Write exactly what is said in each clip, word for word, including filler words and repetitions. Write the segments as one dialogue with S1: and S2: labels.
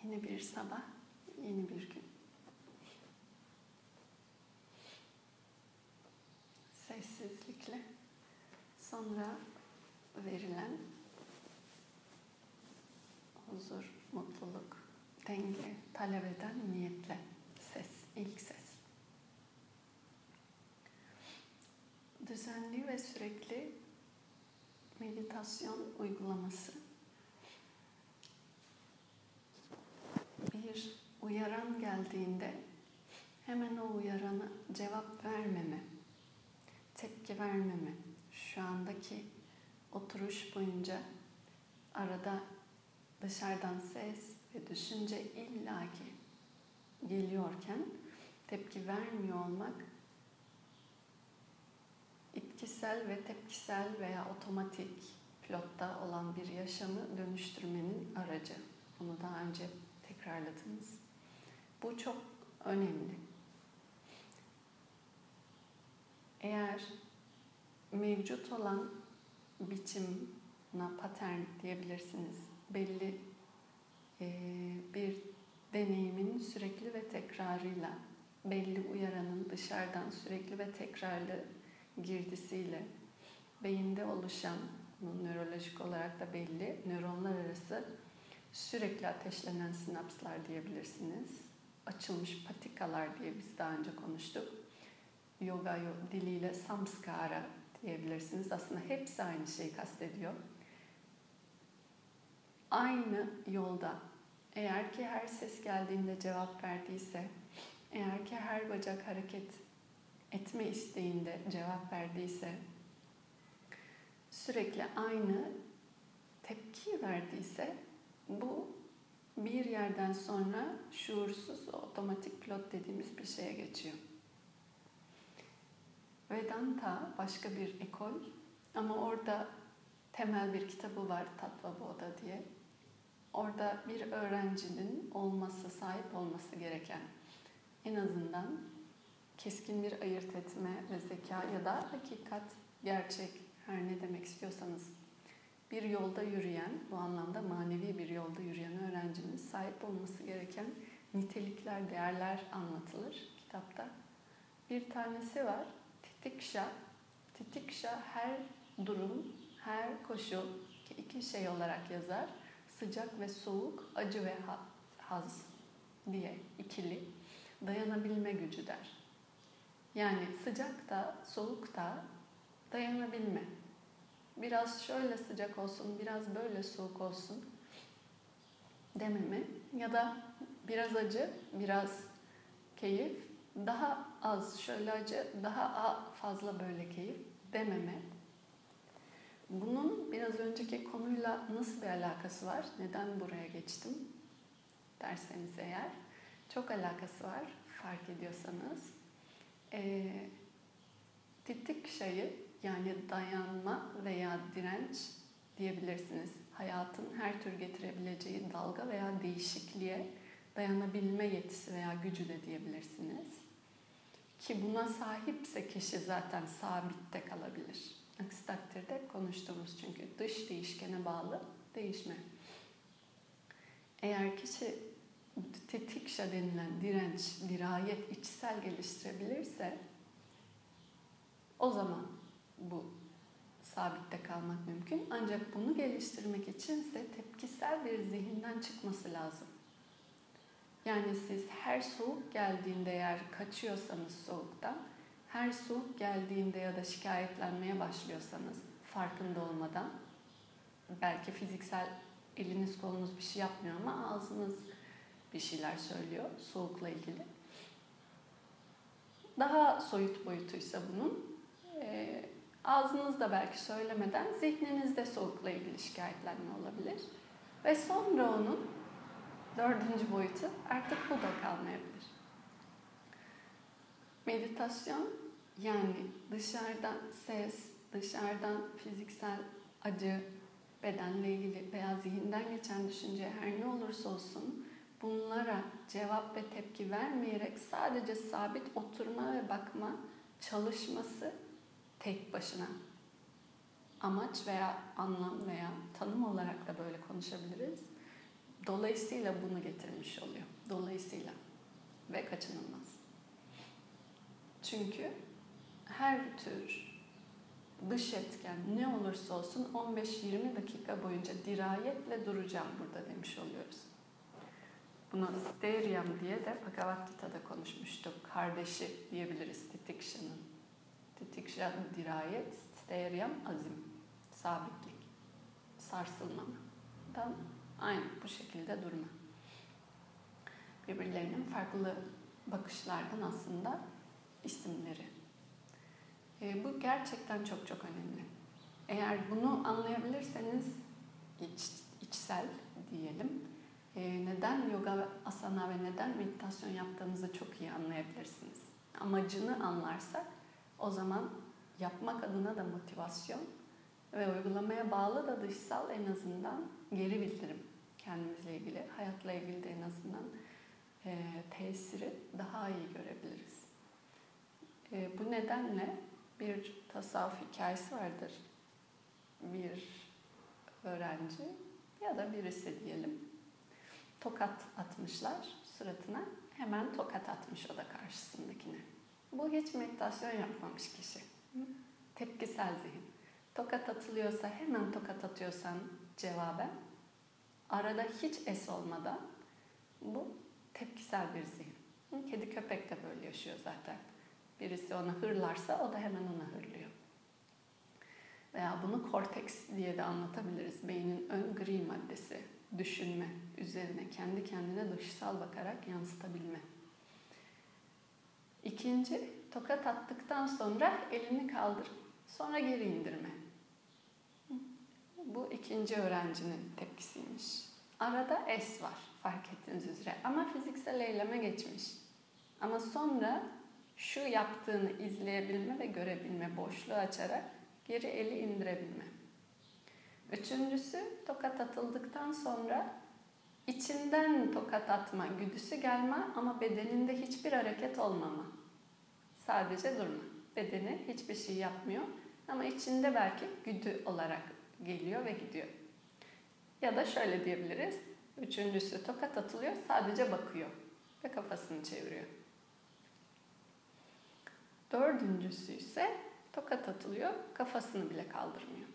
S1: Yeni bir sabah, yeni bir gün. Sessizlikle sonra verilen huzur, mutluluk, denge talep eden niyetle ses, ilk ses. Düzenli ve sürekli meditasyon uygulaması. Bir uyaran geldiğinde hemen o uyarana cevap vermeme, tepki vermeme, şu andaki oturuş boyunca arada dışarıdan ses ve düşünce illaki geliyorken tepki vermiyor olmak itkisel ve tepkisel veya otomatik pilotta olan bir yaşamı dönüştürmenin aracı. Bunu daha önce tekrarladınız. Bu çok önemli. Eğer mevcut olan biçim, patern diyebilirsiniz, belli e, bir deneyimin sürekli ve tekrarıyla, belli uyaranın dışarıdan sürekli ve tekrarlı girdisiyle beyinde oluşan, nörolojik olarak da belli nöronlar arası sürekli ateşlenen sinapslar diyebilirsiniz. Açılmış patikalar diye biz daha önce konuştuk. Yoga diliyle samskara diyebilirsiniz. Aslında hepsi aynı şeyi kastediyor. Aynı yolda, eğer ki her ses geldiğinde cevap verdiyse, eğer ki her bacak hareket etme isteğinde cevap verdiyse, sürekli aynı tepki verdiyse, bu bir yerden sonra şuursuz, otomatik pilot dediğimiz bir şeye geçiyor. Vedanta başka bir ekol ama orada temel bir kitabı var, Tattva Bodha diye. Orada bir öğrencinin olması, sahip olması gereken en azından keskin bir ayırt etme ve zeka ya da hakikat, gerçek, her ne demek istiyorsanız bir yolda yürüyen, bu anlamda manevi bir yolda yürüyen öğrencinin sahip olması gereken nitelikler, değerler anlatılır kitapta. Bir tanesi var, Titikşa. Titikşa her durum, her koşul, iki şey olarak yazar. Sıcak ve soğuk, acı ve haz diye ikili dayanabilme gücü der. Yani sıcakta, soğukta dayanabilme. Biraz şöyle sıcak olsun, biraz böyle soğuk olsun dememe ya da biraz acı, biraz keyif, daha az şöyle acı, daha fazla böyle keyif dememe. Bunun biraz önceki konuyla nasıl bir alakası var? Neden buraya geçtim derseniz eğer, çok alakası var fark ediyorsanız. E, Titikşa'yı yani dayanma veya direnç diyebilirsiniz. Hayatın her tür getirebileceği dalga veya değişikliğe dayanabilme yetisi veya gücü de diyebilirsiniz. Ki buna sahipse kişi zaten sabitte kalabilir. Aksi takdirde konuştuğumuz çünkü dış değişkene bağlı değişme. Eğer kişi titikşa denilen direnç, dirayet, içsel geliştirebilirse o zaman bu sabitte kalmak mümkün. Ancak bunu geliştirmek içinse tepkisel bir zihinden çıkması lazım. Yani siz her soğuk geldiğinde eğer kaçıyorsanız soğuktan, her soğuk geldiğinde ya da şikayetlenmeye başlıyorsanız farkında olmadan, belki fiziksel eliniz kolunuz bir şey yapmıyor ama ağzınız bir şeyler söylüyor soğukla ilgili. Daha soyut boyutuysa bunun, e, ağzınız da belki söylemeden zihninizde soğukla ilgili şikayetlenme olabilir. Ve sonra onun dördüncü boyutu artık bu da kalmayabilir. Meditasyon yani dışarıdan ses, dışarıdan fiziksel acı, bedenle ilgili veya zihinden geçen düşünce her ne olursa olsun bunlara cevap ve tepki vermeyerek sadece sabit oturma ve bakma çalışması tek başına. Amaç veya anlam veya tanım olarak da böyle konuşabiliriz. Dolayısıyla bunu getirmiş oluyor. Dolayısıyla ve kaçınılmaz. Çünkü her tür dış etken ne olursa olsun on beş yirmi dakika boyunca dirayetle duracağım burada demiş oluyoruz. Bunu Steiryam diye de Bhagavad Gita'da konuşmuştuk. Kardeşi diyebiliriz Titiksha'nın. Titiksha dirayet, Steiryam azim, sabitlik, sarsılmadan aynı bu şekilde durma. Birbirlerinin farklı bakışlardan aslında isimleri. E, bu gerçekten çok çok önemli. Eğer bunu anlayabilirseniz iç, içsel diyelim, e, neden yoga, asana ve neden meditasyon yaptığınızı çok iyi anlayabilirsiniz. Amacını anlarsak o zaman yapmak adına da motivasyon ve uygulamaya bağlı da dışsal en azından geri bildirim kendimizle ilgili, hayatla ilgili de en azından e, tesiri daha iyi görebiliriz. E, bu nedenle bir tasavvuf hikayesi vardır. Bir öğrenci ya da birisi diyelim tokat atmışlar suratına, hemen tokat atmış o da karşısındakine. Bu hiç meditasyon yapmamış kişi. Tepkisel zihin. Tokat atılıyorsa hemen tokat atıyorsan cevaben, arada hiç es olmadan bu tepkisel bir zihin. Kedi köpek de böyle yaşıyor zaten. Birisi ona hırlarsa o da hemen ona hırlıyor. Veya bunu korteks diye de anlatabiliriz. Beynin ön gri maddesi, düşünme üzerine kendi kendine dışsal bakarak yansıtabilme. İkinci, tokat attıktan sonra elini kaldırıp sonra geri indirme. Bu ikinci öğrencinin tepkisiymiş. Arada es var fark ettiğiniz üzere ama fiziksel eyleme geçmiş. Ama sonra şu yaptığını izleyebilme ve görebilme, boşluğu açarak geri eli indirebilme. Üçüncüsü, tokat atıldıktan sonra içinden tokat atma, güdüsü gelme ama bedeninde hiçbir hareket olmama. Sadece durma. Bedeni hiçbir şey yapmıyor ama içinde belki güdü olarak geliyor ve gidiyor. Ya da şöyle diyebiliriz. Üçüncüsü, tokat atılıyor, sadece bakıyor ve kafasını çeviriyor. Dördüncüsü ise tokat atılıyor, kafasını bile kaldırmıyor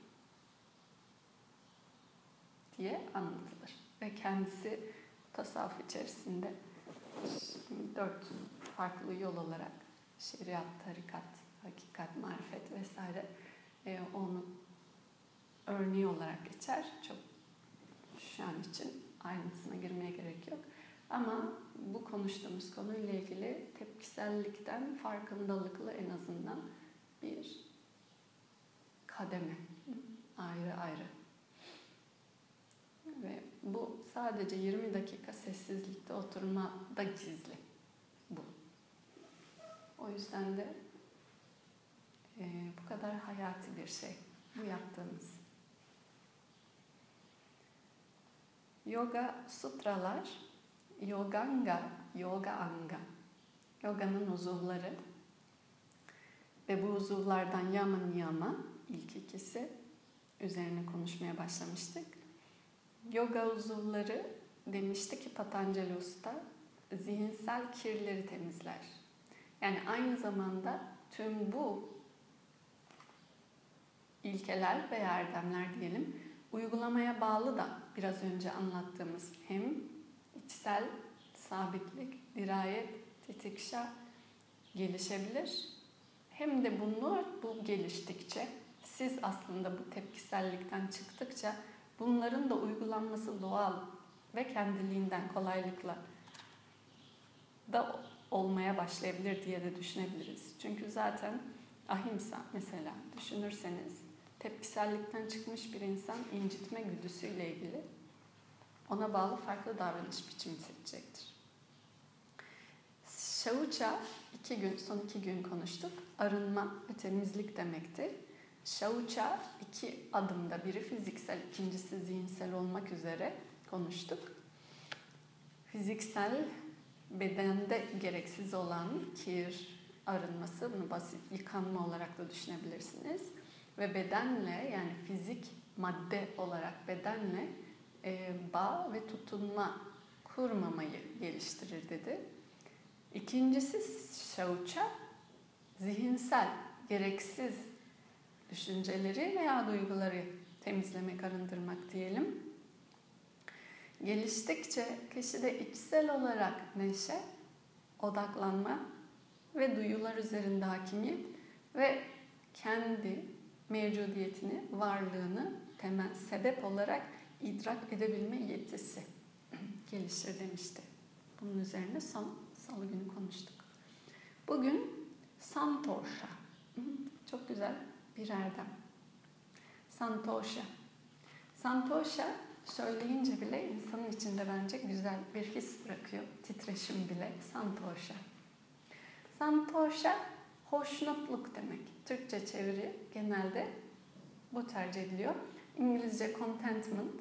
S1: diye anlatılır. Ve kendisi tasavvuf içerisinde dört farklı yol olarak şeriat, tarikat, hakikat, marifet vesaire e, onu örneği olarak geçer. Çok şu an için ayrıntısına girmeye gerek yok. Ama bu konuştuğumuz konuyla ilgili tepkisellikten farkındalıklı en azından bir kademe. Ayrı ayrı. Ve bu sadece yirmi dakika sessizlikte oturmada gizli. Bu. O yüzden de e, bu kadar hayati bir şey. Bu yaptığımız. Yoga sutralar, yoganga, yoga anga. Yoganın uzuvları ve bu uzuvlardan yama niyama ilk ikisi üzerine konuşmaya başlamıştık. Yoga uzuvları demişti ki Patanjali Usta zihinsel kirleri temizler. Yani aynı zamanda tüm bu ilkeler veya erdemler diyelim uygulamaya bağlı da biraz önce anlattığımız hem içsel sabitlik, dirayet, titiksha gelişebilir. Hem de bunu bu geliştikçe siz aslında bu tepkisellikten çıktıkça bunların da uygulanması doğal ve kendiliğinden kolaylıkla da olmaya başlayabilir diye de düşünebiliriz. Çünkü zaten ahimsa mesela düşünürseniz tepkisellikten çıkmış bir insan incitme güdüsüyle ilgili ona bağlı farklı davranış biçimi seçecektir. Şauça iki gün, son iki gün konuştuk. Arınma ve temizlik demektir. Şauça iki adımda, biri fiziksel, ikincisi zihinsel olmak üzere konuştuk. Fiziksel bedende gereksiz olan kir arınması, bunu basit yıkanma olarak da düşünebilirsiniz. Ve bedenle yani fizik madde olarak bedenle e, bağ ve tutunma kurmamayı geliştirir dedi. İkincisi şauça, zihinsel, gereksiz düşünceleri veya duyguları temizlemek, arındırmak diyelim. Geliştikçe kişide içsel olarak neşe, odaklanma ve duyular üzerinde hakimiyet ve kendi mevcudiyetini, varlığını temel sebep olarak idrak edebilme yetisi gelişir demişti. Bunun üzerine son salı günü konuştuk. Bugün santosha. Çok güzel bir erdem. Santosha. Santosha söyleyince bile insanın içinde bence güzel bir his bırakıyor. Titreşim bile. Santosha. Santosha hoşnutluk demek. Türkçe çeviri genelde bu tercih ediliyor. İngilizce contentment.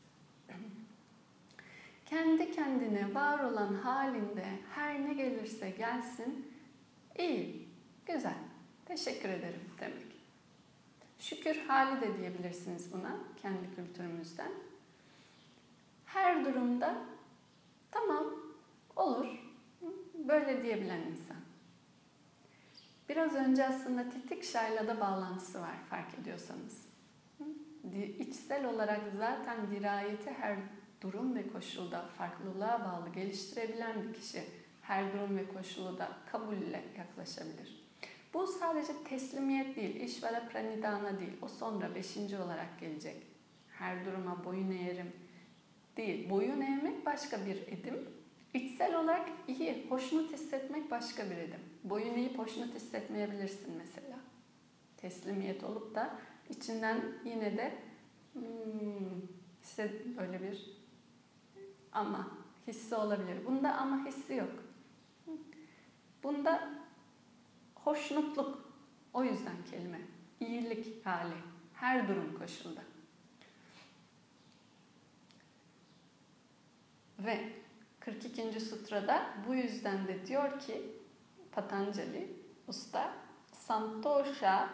S1: Kendi kendine var olan halinde her ne gelirse gelsin, iyi, güzel, teşekkür ederim demek. Şükür hali de diyebilirsiniz buna kendi kültürümüzden. Her durumda tamam, olur, böyle diyebilen insan. Biraz önce aslında Titiksha'yla da bağlantısı var fark ediyorsanız. İçsel olarak zaten dirayeti her durum ve koşulda farklılığa bağlı geliştirebilen bir kişi her durum ve koşulu da kabulle yaklaşabilir. Bu sadece teslimiyet değil, işvara pranidana değil. O sonra beşinci olarak gelecek. Her duruma boyun eğerim değil. Boyun eğmek başka bir edim. İçsel olarak iyi, hoşnut hissetmek başka bir edim. Boyun eğip hoşnut hissetmeyebilirsin mesela. Teslimiyet olup da içinden yine de hmm, size böyle bir ama hissi olabilir. Bunda ama hissi yok. Bunda hoşnutluk. O yüzden kelime. İyilik hali. Her durum koşulda. Ve kırk ikinci sutrada bu yüzden de diyor ki Patanjali usta santosha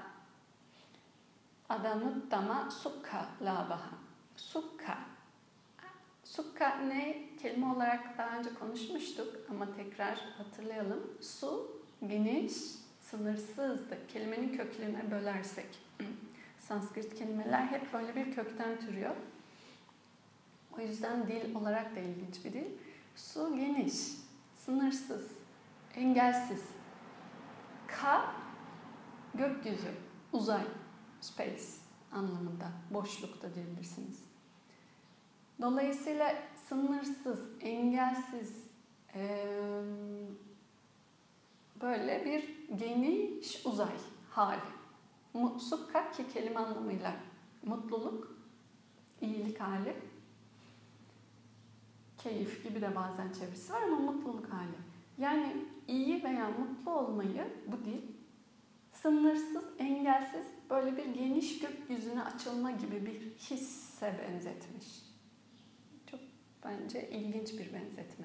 S1: adanuttama sukha labaha. Sukha. Sukha ne? Kelime olarak daha önce konuşmuştuk ama tekrar hatırlayalım. Su, geniş, sınırsızdı. Kelimenin köklerine bölersek. Sanskrit kelimeler hep böyle bir kökten türüyor. O yüzden dil olarak da ilginç bir dil. Su geniş, sınırsız, engelsiz. Ka, gökyüzü, uzay, space anlamında. Boşlukta diyebilirsiniz. Dolayısıyla sınırsız, engelsiz, ee, böyle bir geniş uzay hali. Sukha ki kelime anlamıyla mutluluk, iyilik hali. Keyif gibi de bazen çevirisi var ama mutluluk hali. Yani iyi veya mutlu olmayı bu dil sınırsız, engelsiz böyle bir geniş gökyüzüne açılma gibi bir hisse benzetmiş. Çok bence ilginç bir benzetme.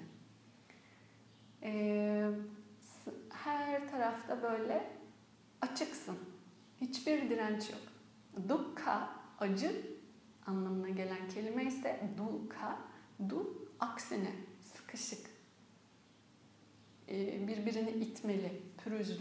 S1: Ee, her tarafta böyle açıksın. Hiçbir direnç yok. Dukkha, acı anlamına gelen kelime ise dukkha, du aksine sıkışık, birbirini itmeli, pürüzlü.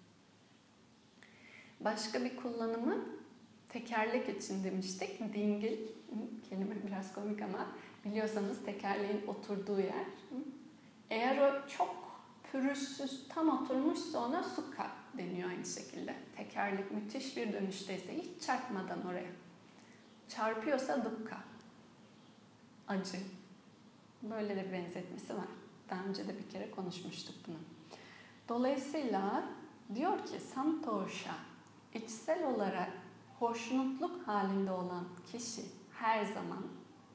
S1: Başka bir kullanımı tekerlek için demiştik. Dingil, kelime biraz komik ama biliyorsanız tekerleğin oturduğu yer. Eğer o çok pürüzsüz, tam oturmuşsa ona sukha deniyor aynı şekilde. Tekerlek müthiş bir dönüşteyse hiç çarpmadan oraya. Çarpıyorsa dukkha, acı. Böyle de bir benzetmesi var. Daha önce de bir kere konuşmuştuk bunu. Dolayısıyla diyor ki santosha, içsel olarak hoşnutluk halinde olan kişi her zaman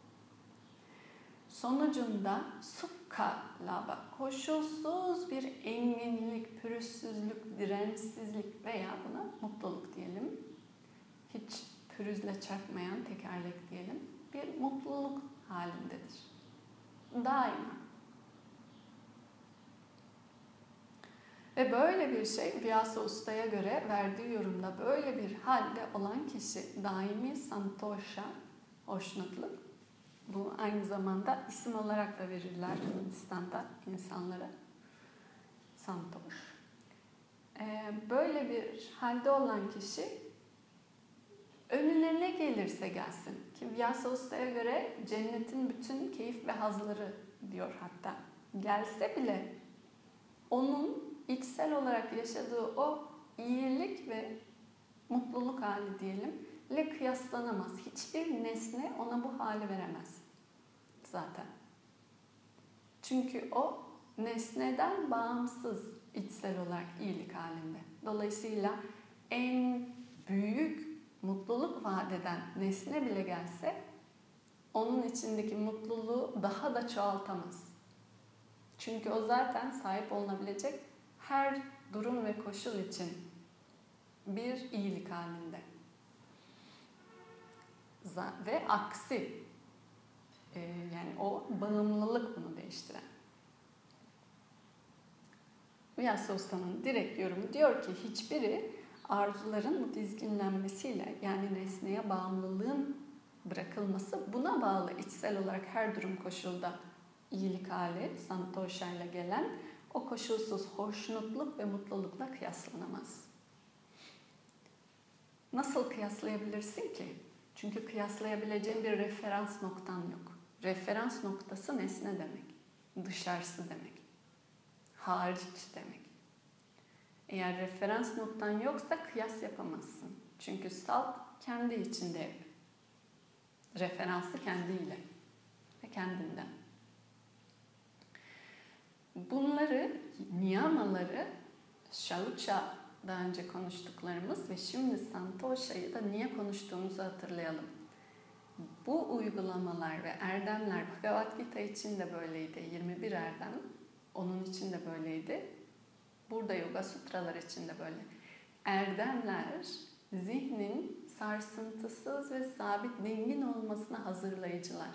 S1: sonucunda sukha laba, koşulsuz bir enginlik, pürüzsüzlük, dirençsizlik veya buna mutluluk diyelim. Hiç pürüzle çarpmayan tekerlek diyelim. Bir mutluluk halindedir. Daima. Ve böyle bir şey Vyasa Usta'ya göre verdiği yorumda böyle bir halde olan kişi daimi santosha, hoşnutluk Bu aynı zamanda isim olarak da verirler Hindistan'da insanlara. Santoş. Ee, böyle bir halde olan kişi önüne ne gelirse gelsin. Ki Vyasosta'ya göre cennetin bütün keyif ve hazları diyor hatta. Gelse bile onun içsel olarak yaşadığı o iyilik ve mutluluk hali diyelim ile kıyaslanamaz. Hiçbir nesne ona bu hali veremez zaten. Çünkü o nesneden bağımsız içsel olarak iyilik halinde. Dolayısıyla en büyük mutluluk vaat eden nesne bile gelse onun içindeki mutluluğu daha da çoğaltamaz. Çünkü o zaten sahip olunabilecek her durum ve koşul için bir iyilik halinde. Ve aksi, ee, yani o bağımlılık bunu değiştiren. Vyasosta'nın direkt yorumu diyor ki hiçbiri arzuların bu dizginlenmesiyle, yani nesneye bağımlılığın bırakılması, buna bağlı içsel olarak her durum koşulda iyilik hali, santosha ile gelen o koşulsuz hoşnutluk ve mutlulukla kıyaslanamaz. Nasıl kıyaslayabilirsin ki? Çünkü kıyaslayabileceğin bir referans noktan yok. Referans noktası nesne demek, dışarısı demek, hariç demek. Eğer referans noktan yoksa kıyas yapamazsın. Çünkü salt kendi içinde hep. Referansı kendiyle ve kendinden. Bunları, niyamaları, şauça daha önce konuştuklarımız ve şimdi santosha'yı da niye konuştuğumuzu hatırlayalım. Bu uygulamalar ve erdemler Bhagavad Gita için de böyleydi. yirmi bir erdem onun için de böyleydi. Burada Yoga Sutralar için de böyle. Erdemler zihnin sarsıntısız ve sabit dingin olmasına hazırlayıcılar.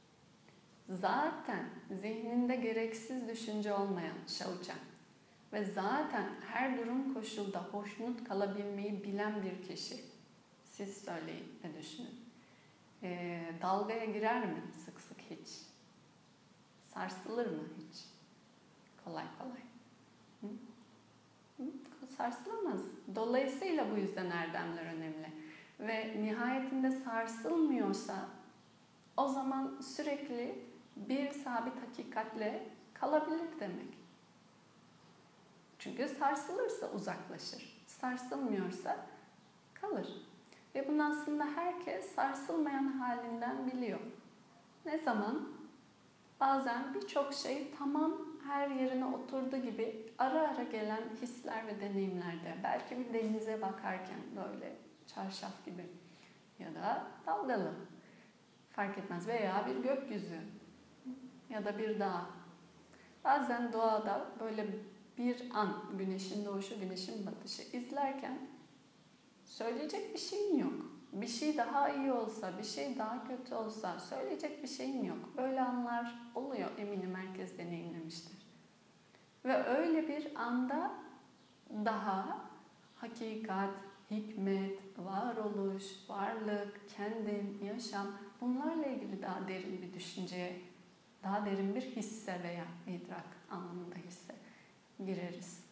S1: Zaten zihninde gereksiz düşünce olmayan şauca ve zaten her durum koşulda hoşnut kalabilmeyi bilen bir kişi. Siz söyleyin ve düşünün. Ee, dalgaya girer mi sık sık hiç? Sarsılır mı hiç? Kolay kolay. Hı? Hı? Sarsılamaz. Dolayısıyla bu yüzden erdemler önemli. Ve nihayetinde sarsılmıyorsa o zaman sürekli bir sabit hakikatle kalabilir demek. Çünkü sarsılırsa uzaklaşır. Sarsılmıyorsa kalır. Ve bunu aslında herkes sarsılmayan halinden biliyor. Ne zaman? Bazen birçok şey tamam her yerine oturdu gibi ara ara gelen hisler ve deneyimlerde. Belki bir denize bakarken böyle çarşaf gibi ya da dalgalı. Fark etmez. Veya bir gökyüzü ya da bir dağ. Bazen doğada böyle bir an güneşin doğuşu, güneşin batışı izlerken söyleyecek bir şeyin yok. Bir şey daha iyi olsa, bir şey daha kötü olsa söyleyecek bir şeyin yok. Öyle anlar oluyor, eminim herkes deneyimlemiştir. Ve öyle bir anda daha hakikat, hikmet, varoluş, varlık, kendim, yaşam, bunlarla ilgili daha derin bir düşünceye, daha derin bir hisse veya idrak anlamında hisse gireriz.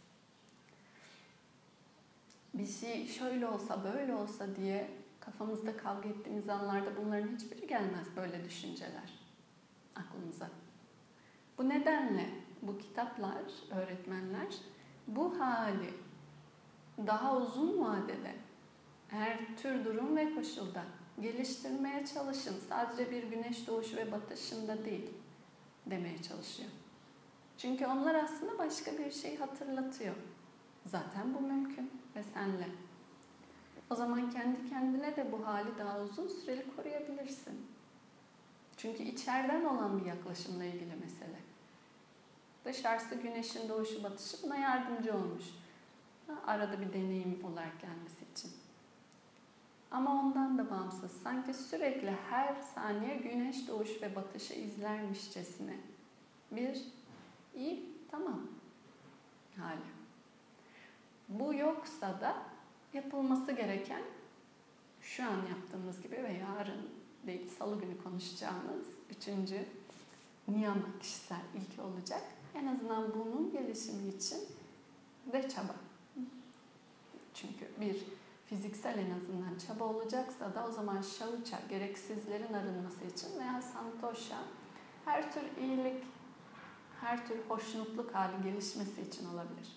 S1: Bir şey şöyle olsa, böyle olsa diye kafamızda kavga ettiğimiz anlarda bunların hiçbiri gelmez, böyle düşünceler aklımıza. Bu nedenle bu kitaplar, öğretmenler bu hali daha uzun vadede her tür durum ve koşulda geliştirmeye çalışın. Sadece bir güneş doğuşu ve batışında değil demeye çalışıyor. Çünkü onlar aslında başka bir şey hatırlatıyor. Zaten bu mümkün ve senle. O zaman kendi kendine de bu hali daha uzun süreli koruyabilirsin. Çünkü içeriden olan bir yaklaşımla ilgili mesele. Dışarısı güneşin doğuşu batışı buna yardımcı olmuş. Arada bir deneyim olarak gelmesi için. Ama ondan da bağımsız. Sanki sürekli her saniye güneş doğuş ve batışı izlermişçesine bir iyi, tamam hali. Bu yoksa da yapılması gereken şu an yaptığımız gibi ve yarın değil salı günü konuşacağımız üçüncü niyama kişisel ilke olacak. En azından bunun gelişimi için de çaba. Çünkü bir fiziksel en azından çaba olacaksa da o zaman şauça, gereksizlerin arınması için veya santosha, her tür iyilik, her tür hoşnutluk hali gelişmesi için olabilir.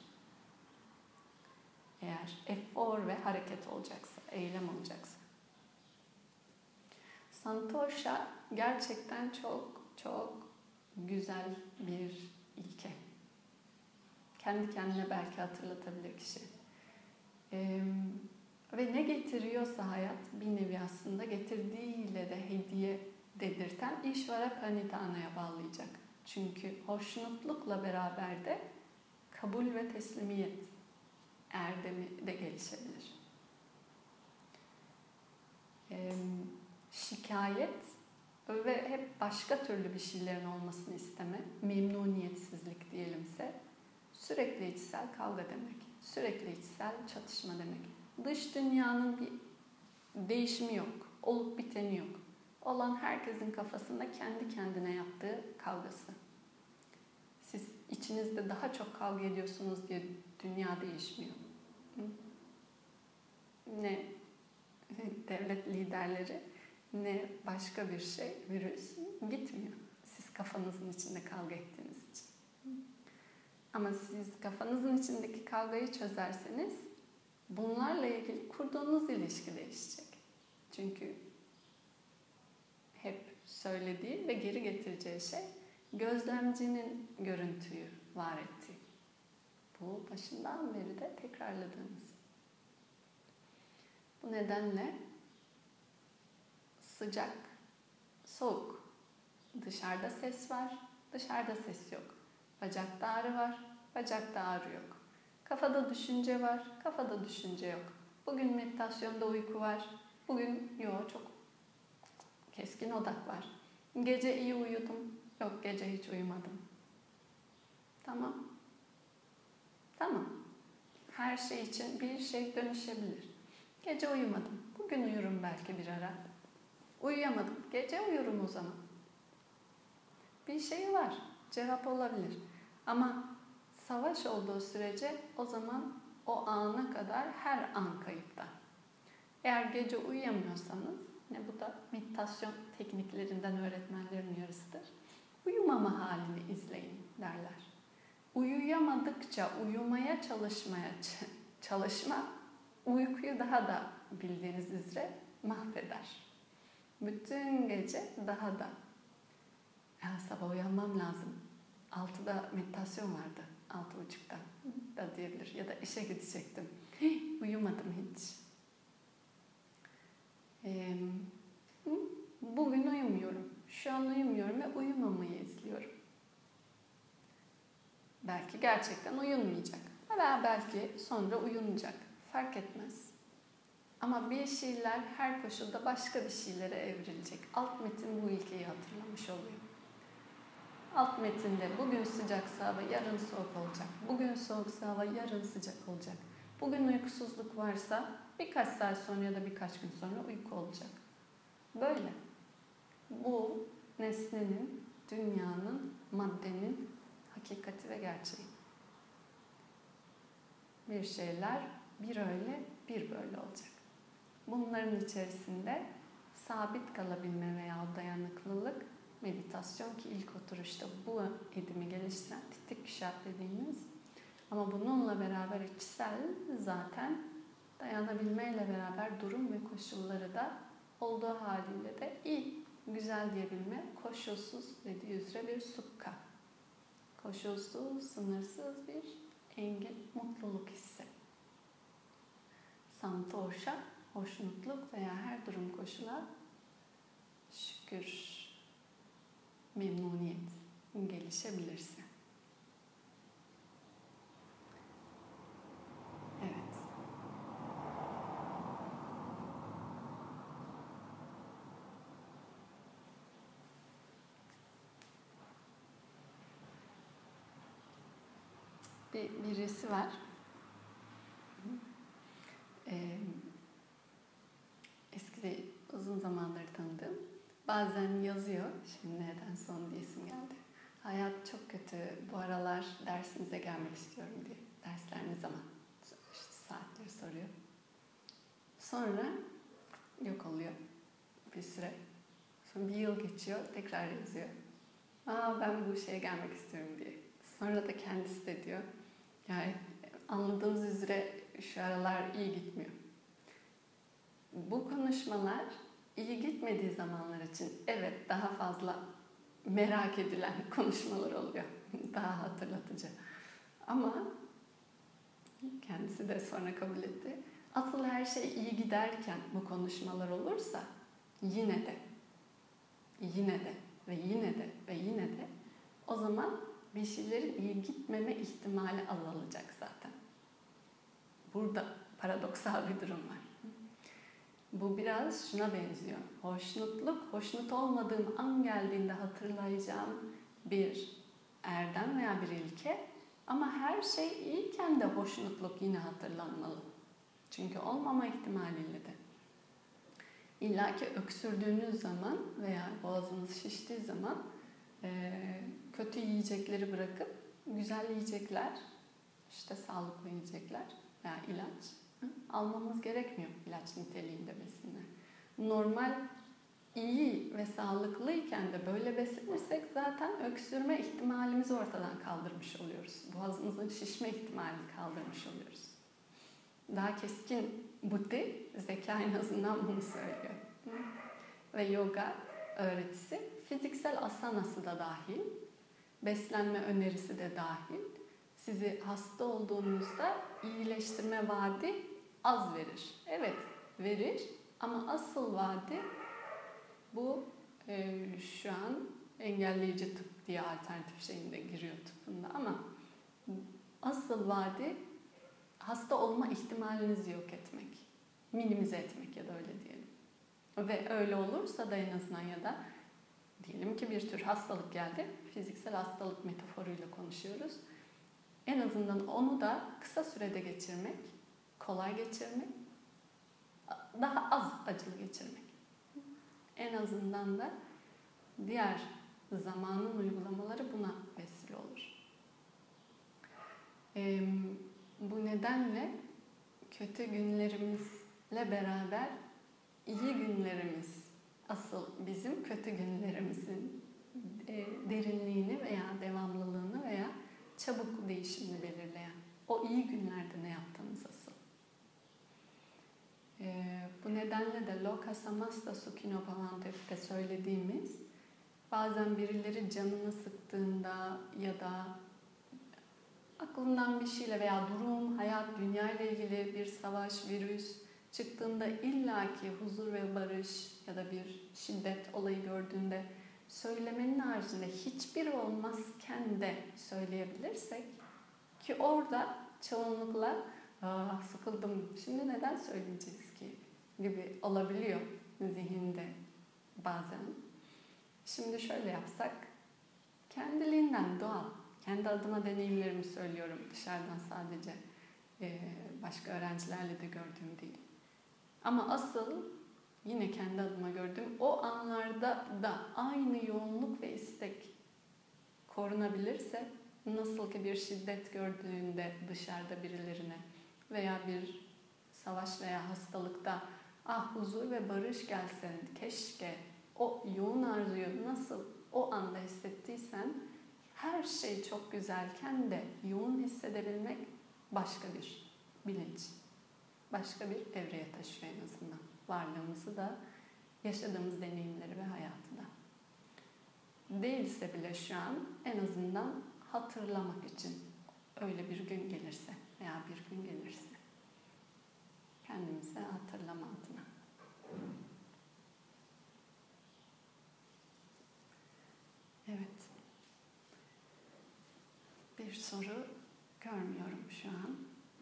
S1: Eğer efor ve hareket olacaksa, eylem olacaksa. Santosha gerçekten çok çok güzel bir ilke. Kendi kendine belki hatırlatabilir kişi. Ee, ve ne getiriyorsa hayat bir nevi aslında getirdiğiyle de hediye dedirten İşvara Pranidhana'ya bağlayacak. Çünkü hoşnutlukla beraber de kabul ve teslimiyet erdemi de gelişebilir. Ee, şikayet ve hep başka türlü bir şeylerin olmasını isteme, memnuniyetsizlik diyelimse, sürekli içsel kavga demek, sürekli içsel çatışma demek. Dış dünyanın bir değişimi yok, olup biteni yok. Olan herkesin kafasında kendi kendine yaptığı kavgası. Siz içinizde daha çok kavga ediyorsunuz diye dünya değişmiyor. Ne devlet liderleri, ne başka bir şey, virüs gitmiyor. Siz kafanızın içinde kavga ettiğiniz için. Ama siz kafanızın içindeki kavgayı çözerseniz bunlarla ilgili kurduğunuz ilişki değişecek. Çünkü hep söylediği ve geri getireceği şey gözlemcinin görüntüyü var ettiği. Bu başından beri de tekrarladığımız. Bu nedenle sıcak, soğuk. Dışarıda ses var, dışarıda ses yok. Bacakta ağrı var, bacakta ağrı yok. Kafada düşünce var, kafada düşünce yok. Bugün meditasyonda uyku var, bugün yok çok keskin odak var. Gece iyi uyudum, yok gece hiç uyumadım. Tamam. Tamam. Her şey için bir şey dönüşebilir. Gece uyumadım, bugün uyurum belki bir ara. Uyuyamadım, gece uyurum o zaman. Bir şey var, cevap olabilir. Ama savaş olduğu sürece o zaman o ana kadar her an kayıpta. Eğer gece uyuyamıyorsanız, ne bu da meditasyon tekniklerinden öğretmenlerin yarısıdır. Uyumama halini izleyin derler. Uyuyamadıkça uyumaya çalışmaya çalışma, uykuyu daha da bildiğiniz üzere mahveder. Bütün gece daha da ya sabah uyanmam lazım. altıda meditasyon vardı. altı buçukta da diyebilir. Ya da işe gidecektim. Uyumadım hiç. Ee, bugün uyumuyorum. Şu an uyumuyorum ve uyumamayı izliyorum. Belki gerçekten uyunmayacak. Veya belki sonra uyunacak. Fark etmez. Ama bir şeyler her koşulda başka bir şeylere evrilecek. Alt metin bu ilkeyi hatırlamış oluyor. Alt metinde bugün sıcaksa hava yarın soğuk olacak. Bugün soğuksa hava yarın sıcak olacak. Bugün uykusuzluk varsa birkaç saat sonra ya da birkaç gün sonra uyku olacak. Böyle. Bu nesnenin, dünyanın, maddenin hakikati ve gerçeği. Bir şeyler bir öyle bir böyle olacak. Bunların içerisinde sabit kalabilme veya dayanıklılık, meditasyon ki ilk oturuşta bu edimi geliştiren titik işaret dediğimiz ama bununla beraber içsel zaten dayanabilmeyle beraber durum ve koşulları da olduğu haliyle de iyi, güzel diyebilme, koşulsuz dediği üzere bir sukka. Koşulsuz, sınırsız bir engin, mutluluk hissi. Santosha, hoşnutluk veya her durum koşula şükür, memnuniyet gelişebilirse. Evet. Bir birisi var. Ee, eski uzun zamanları tanıdığım. bazen yazıyor. Şimdi neden son diyesim geldi. Hayat çok kötü, bu aralar dersinize gelmek istiyorum diye. Dersler ne zaman? İşte saatleri soruyor. Sonra yok oluyor bir süre. Sonra bir yıl geçiyor, tekrar yazıyor. Aa, ben bu şeye gelmek istiyorum diye. Sonra da kendisi de diyor. Yani anladığınız üzere şu aralar iyi gitmiyor. Bu konuşmalar iyi gitmediği zamanlar için evet daha fazla merak edilen konuşmalar oluyor. Daha hatırlatıcı. Ama kendisi de sonra kabul etti. Asıl her şey iyi giderken bu konuşmalar olursa yine de, yine de ve yine de ve yine de o zaman bir şeylerin iyi gitmeme ihtimali azalacak zaten. Burada paradoksal bir durum var. Bu biraz şuna benziyor. Hoşnutluk, hoşnut olmadığım an geldiğinde hatırlayacağım bir erdem veya bir ilke. Ama her şey iyiyken de hoşnutluk yine hatırlanmalı. Çünkü olmama ihtimaliyle de. İlla ki öksürdüğünüz zaman veya boğazınız şiştiği zaman kötü yiyecekleri bırakıp güzel yiyecekler, işte sağlıklı yiyecekler veya ilaç almamız gerekmiyor, ilaç niteliğinde besinler. Normal, iyi ve sağlıklıyken de böyle beslenirsek zaten öksürme ihtimalimizi ortadan kaldırmış oluyoruz. Boğazımızın şişme ihtimalini kaldırmış oluyoruz. Daha keskin buddhi, zeka en azından bunu söylüyor. Ve yoga öğretisi fiziksel asanası da dahil, beslenme önerisi de dahil. Sizi hasta olduğunuzda iyileştirme vaadi az verir. Evet, verir ama asıl vaadi bu e, şu an engelleyici tıp diye alternatif şeyinde giriyor tıpında ama asıl vaadi hasta olma ihtimalinizi yok etmek, minimize etmek ya da öyle diyelim. Ve öyle olursa da en azından ya da diyelim ki bir tür hastalık geldi, fiziksel hastalık metaforuyla konuşuyoruz. En azından onu da kısa sürede geçirmek, kolay geçirmek, daha az acılı geçirmek. En azından da diğer zamanın uygulamaları buna vesile olur. Ee, bu nedenle kötü günlerimizle beraber iyi günlerimiz, asıl bizim kötü günlerimizin e, derinliğini veya devamlılığını veya çabuk değişimini belirleyen. O iyi günlerde ne yaptığımız asıl. Ee, bu nedenle de Loka Samasta Sukhino Bhavanta'da söylediğimiz bazen birileri canını sıktığında ya da aklından bir şeyle veya durum, hayat, dünya ile ilgili bir savaş, virüs çıktığında illaki huzur ve barış ya da bir şiddet olayı gördüğünde söylemenin haricinde hiçbir olmazken de söyleyebilirsek ki orada çoğunlukla "Aa, sıkıldım, şimdi neden söyleyeceğiz ki?" gibi olabiliyor zihinde bazen. Şimdi şöyle yapsak, kendiliğinden doğal, kendi adıma deneyimlerimi söylüyorum dışarıdan sadece başka öğrencilerle de gördüğüm değil. Ama asıl yine kendi adıma gördüğüm o anlarda da aynı yoğunluk ve istek korunabilirse, nasıl ki bir şiddet gördüğünde dışarıda birilerine veya bir savaş veya hastalıkta ah huzur ve barış gelsin, keşke o yoğun arzuyu nasıl o anda hissettiysen her şey çok güzelken de yoğun hissedebilmek başka bir bilinç. Başka bir evreye taşıyor en azından. Varlığımızı da, yaşadığımız deneyimleri ve hayatı da. Değilse bile şu an en azından hatırlamak için öyle bir gün gelirse veya bir gün gelirse kendimize hatırlama adına. Evet. Bir soru görmüyorum şu an.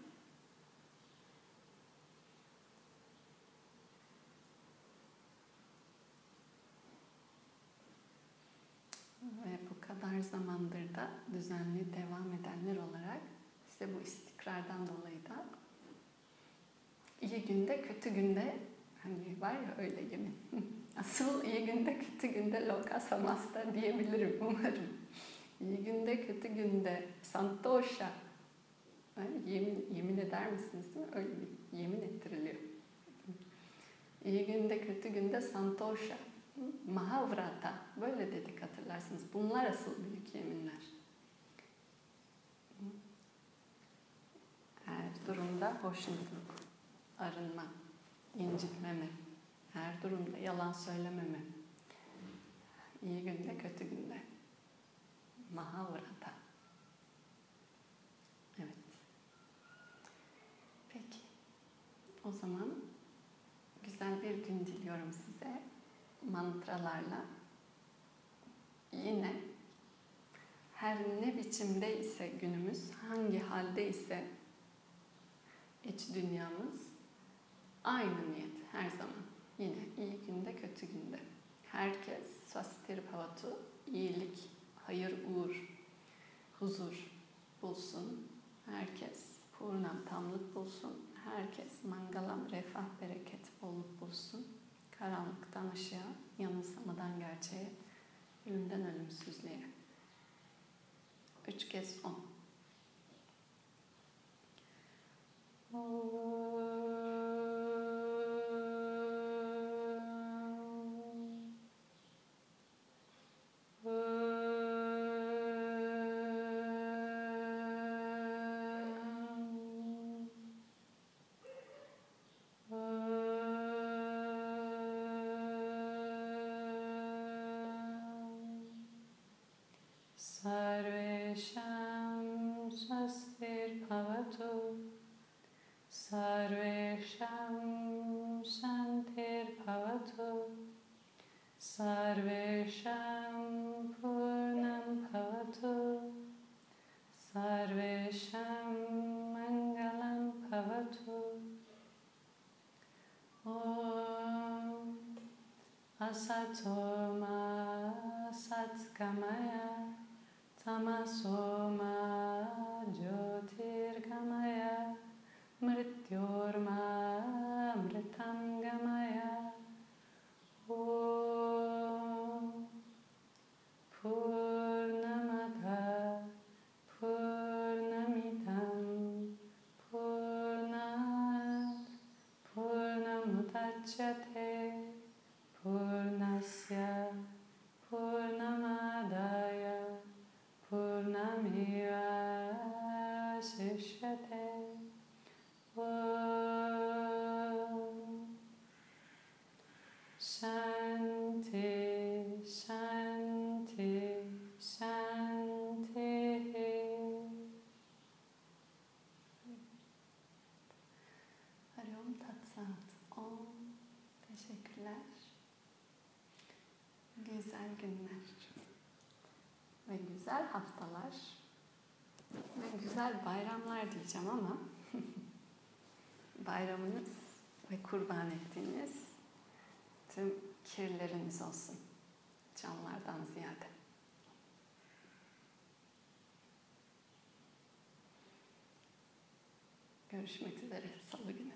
S1: Ve bu kadar zamandır da düzenli devam edenler olarak işte bu istikrardan dolayı da iyi günde kötü günde hani var ya öyle gibi Asıl iyi günde kötü günde loka samasta diyebilirim umarım. İyi günde kötü günde santosha. Yani yemin, yemin eder misiniz değil mi? Öyle bir yemin ettiriliyor. İyi günde kötü günde santosha. Mahavrata. Böyle dedik hatırlarsınız. Bunlar asıl büyük yeminler. Her durumda hoşnutluk, arınma, incitmeme. Her durumda yalan söylememe. İyi günde kötü günde. Mahavrata. Evet. Peki. O zaman güzel bir gün diliyorum size. Mantralarla. Yine her ne biçimde ise günümüz, hangi halde ise iç dünyamız aynı niyet her zaman. Yine iyi günde kötü günde. Herkes swastir bhavatu, iyilik, hayır, uğur, huzur bulsun. Herkes purnam, tamlık bulsun. Herkes mangalam, refah, bereket, bolluk bulsun. Karanlıktan ışığa, yanılsamadan gerçeğe, ölümden ölümsüzlüğe. Üç kez on.
S2: Sarvesham swastir bhavatu, sarvesham shantir bhavatu, sarvesham purnam bhavatu, sarvesham mangalam bhavatu. Om asato ma satgamaya, tamasoma jyotirgamaya, mrityorma mritangamaya. Om purnamada purnamidam purnat purnamudachyate purnasya purnamadaya purnameva shishyate. Om Shanti, Shanti, Shanti.
S1: Hari Om Tat Sat. Om. Teşekkürler. Güzel günler. Ve güzel haftalar. Ve güzel bayramlar diyeceğim ama bayramınız ve kurban ettiğiniz tüm kirleriniz olsun. Canlardan ziyade. Görüşmek üzere Salı günü.